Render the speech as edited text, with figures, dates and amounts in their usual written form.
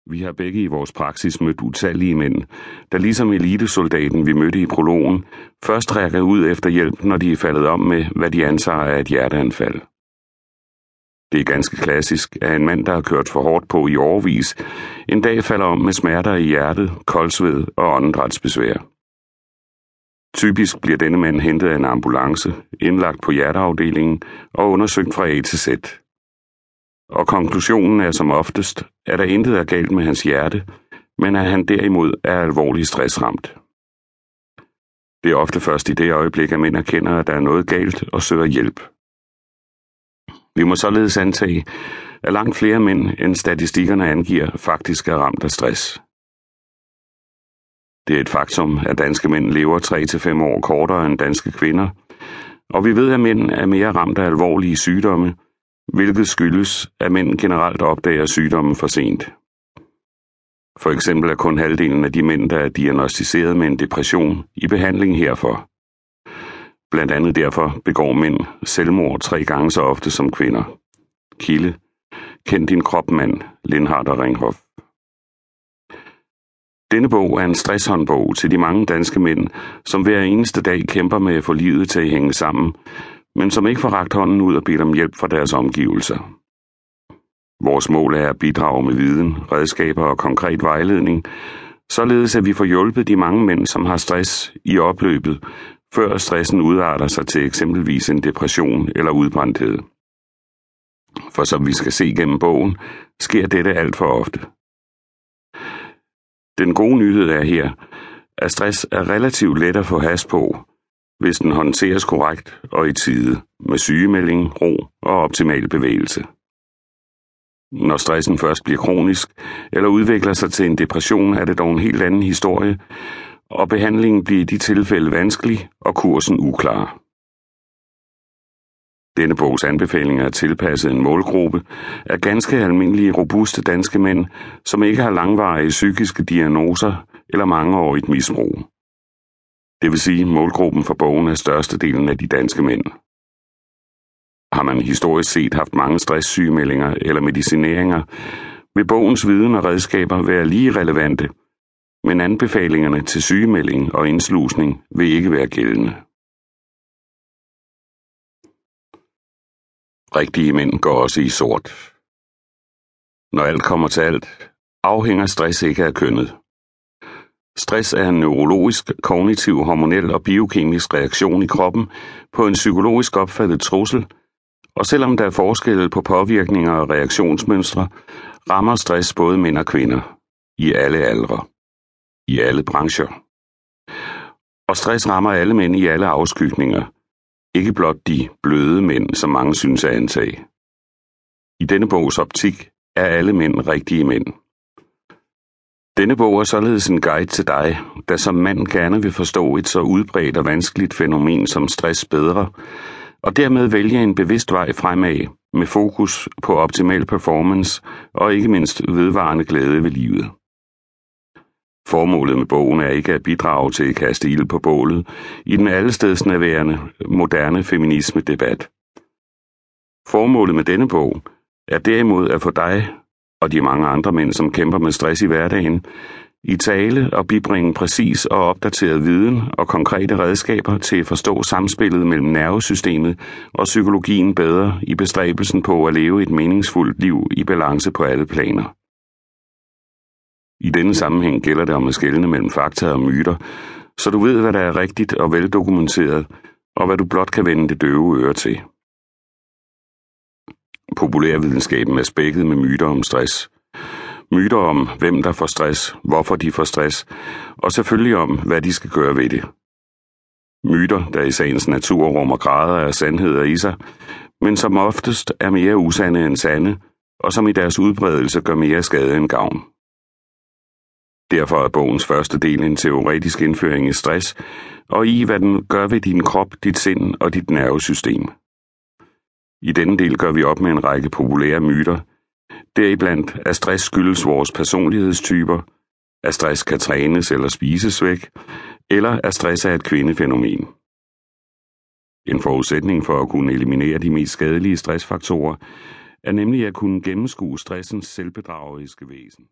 Vi har begge i vores praksis mødt utallige mænd, der ligesom elitesoldaten, vi mødte i prologen, først rækker ud efter hjælp, når de er faldet om med, hvad de antager er et hjerteanfald. Det er ganske klassisk, at en mand, der har kørt for hårdt på i årevis, en dag falder om med smerter i hjertet, koldsved og åndedrætsbesvær. Typisk bliver denne mand hentet af en ambulance, indlagt på hjerteafdelingen og undersøgt fra A til Z. Og konklusionen er som oftest, at der intet er galt med hans hjerte, men at han derimod er alvorligt stressramt. Det er ofte først i det øjeblik, at mænd erkender, at der er noget galt og søger hjælp. Vi må således antage, at langt flere mænd, end statistikkerne angiver, faktisk er ramt af stress. Det er et faktum, at danske mænd lever 3 til 5 år kortere end danske kvinder, og vi ved, at mænd er mere ramt af alvorlige sygdomme, hvilket skyldes, at mænd generelt opdager sygdommen for sent. For eksempel er kun halvdelen af de mænd, der er diagnosticeret med en depression, i behandling herfor. Blandt andet derfor begår mænd selvmord 3 gange så ofte som kvinder. Kilde: Kend din krop, mand. Lindhardt og Ringhof. Denne bog er en stresshåndbog til de mange danske mænd, som hver eneste dag kæmper med at få livet til at hænge sammen, men som ikke får rakt hånden ud og bedt om hjælp fra deres omgivelser. Vores mål er at bidrage med viden, redskaber og konkret vejledning, således at vi får hjulpet de mange mænd, som har stress i opløbet, før stressen udarter sig til eksempelvis en depression eller udbrændthed. For som vi skal se gennem bogen, sker dette alt for ofte. Den gode nyhed er her, at stress er relativt let at få has på, hvis den håndteres korrekt og i tide, med sygemelding, ro og optimal bevægelse. Når stressen først bliver kronisk eller udvikler sig til en depression, er det dog en helt anden historie, og behandlingen bliver i de tilfælde vanskelig og kursen uklar. Denne bogs anbefalinger er tilpasset en målgruppe af ganske almindelige, robuste danske mænd, som ikke har langvarige psykiske diagnoser eller mangeårigt misbrug. Det vil sige, målgruppen for bogen er størstedelen af de danske mænd. Har man historisk set haft mange stresssygemeldinger eller medicineringer, vil bogens viden og redskaber være lige relevante, men anbefalingerne til sygemelding og indslusning vil ikke være gældende. Rigtige mænd går også i sort. Når alt kommer til alt, afhænger stress ikke af kønnet. Stress er en neurologisk, kognitiv, hormonel og biokemisk reaktion i kroppen på en psykologisk opfattet trussel, og selvom der er forskelle på påvirkninger og reaktionsmønstre, rammer stress både mænd og kvinder, i alle aldre, i alle brancher. Og stress rammer alle mænd i alle afskygninger, ikke blot de bløde mænd, som mange synes at antage. I denne bogs optik er alle mænd rigtige mænd. Denne bog er således en guide til dig, der som mand gerne vil forstå et så udbredt og vanskeligt fænomen som stress bedre, og dermed vælge en bevidst vej fremad med fokus på optimal performance og ikke mindst vedvarende glæde ved livet. Formålet med bogen er ikke at bidrage til at kaste ild på bålet i den allestedsnærværende moderne feminisme-debat. Formålet med denne bog er derimod at få dig og de mange andre mænd, som kæmper med stress i hverdagen, i tale og bibringe præcis og opdateret viden og konkrete redskaber til at forstå samspillet mellem nervesystemet og psykologien bedre i bestræbelsen på at leve et meningsfuldt liv i balance på alle planer. I denne sammenhæng gælder det om at skelne mellem fakta og myter, så du ved, hvad der er rigtigt og veldokumenteret, og hvad du blot kan vende det døve øre til. Populærvidenskaben er spækket med myter om stress. Myter om, hvem der får stress, hvorfor de får stress, og selvfølgelig om, hvad de skal gøre ved det. Myter, der i sagens natur rummer grader af sandheder i sig, men som oftest er mere usande end sande, og som i deres udbredelse gør mere skade end gavn. Derfor er bogens første del en teoretisk indføring i stress, og i hvad den gør ved din krop, dit sind og dit nervesystem. I denne del gør vi op med en række populære myter, deriblandt at stress skyldes vores personlighedstyper, at stress kan trænes eller spises væk, eller at stress er et kvindefænomen. En forudsætning for at kunne eliminere de mest skadelige stressfaktorer er nemlig at kunne gennemskue stressens selvbedrageriske væsen.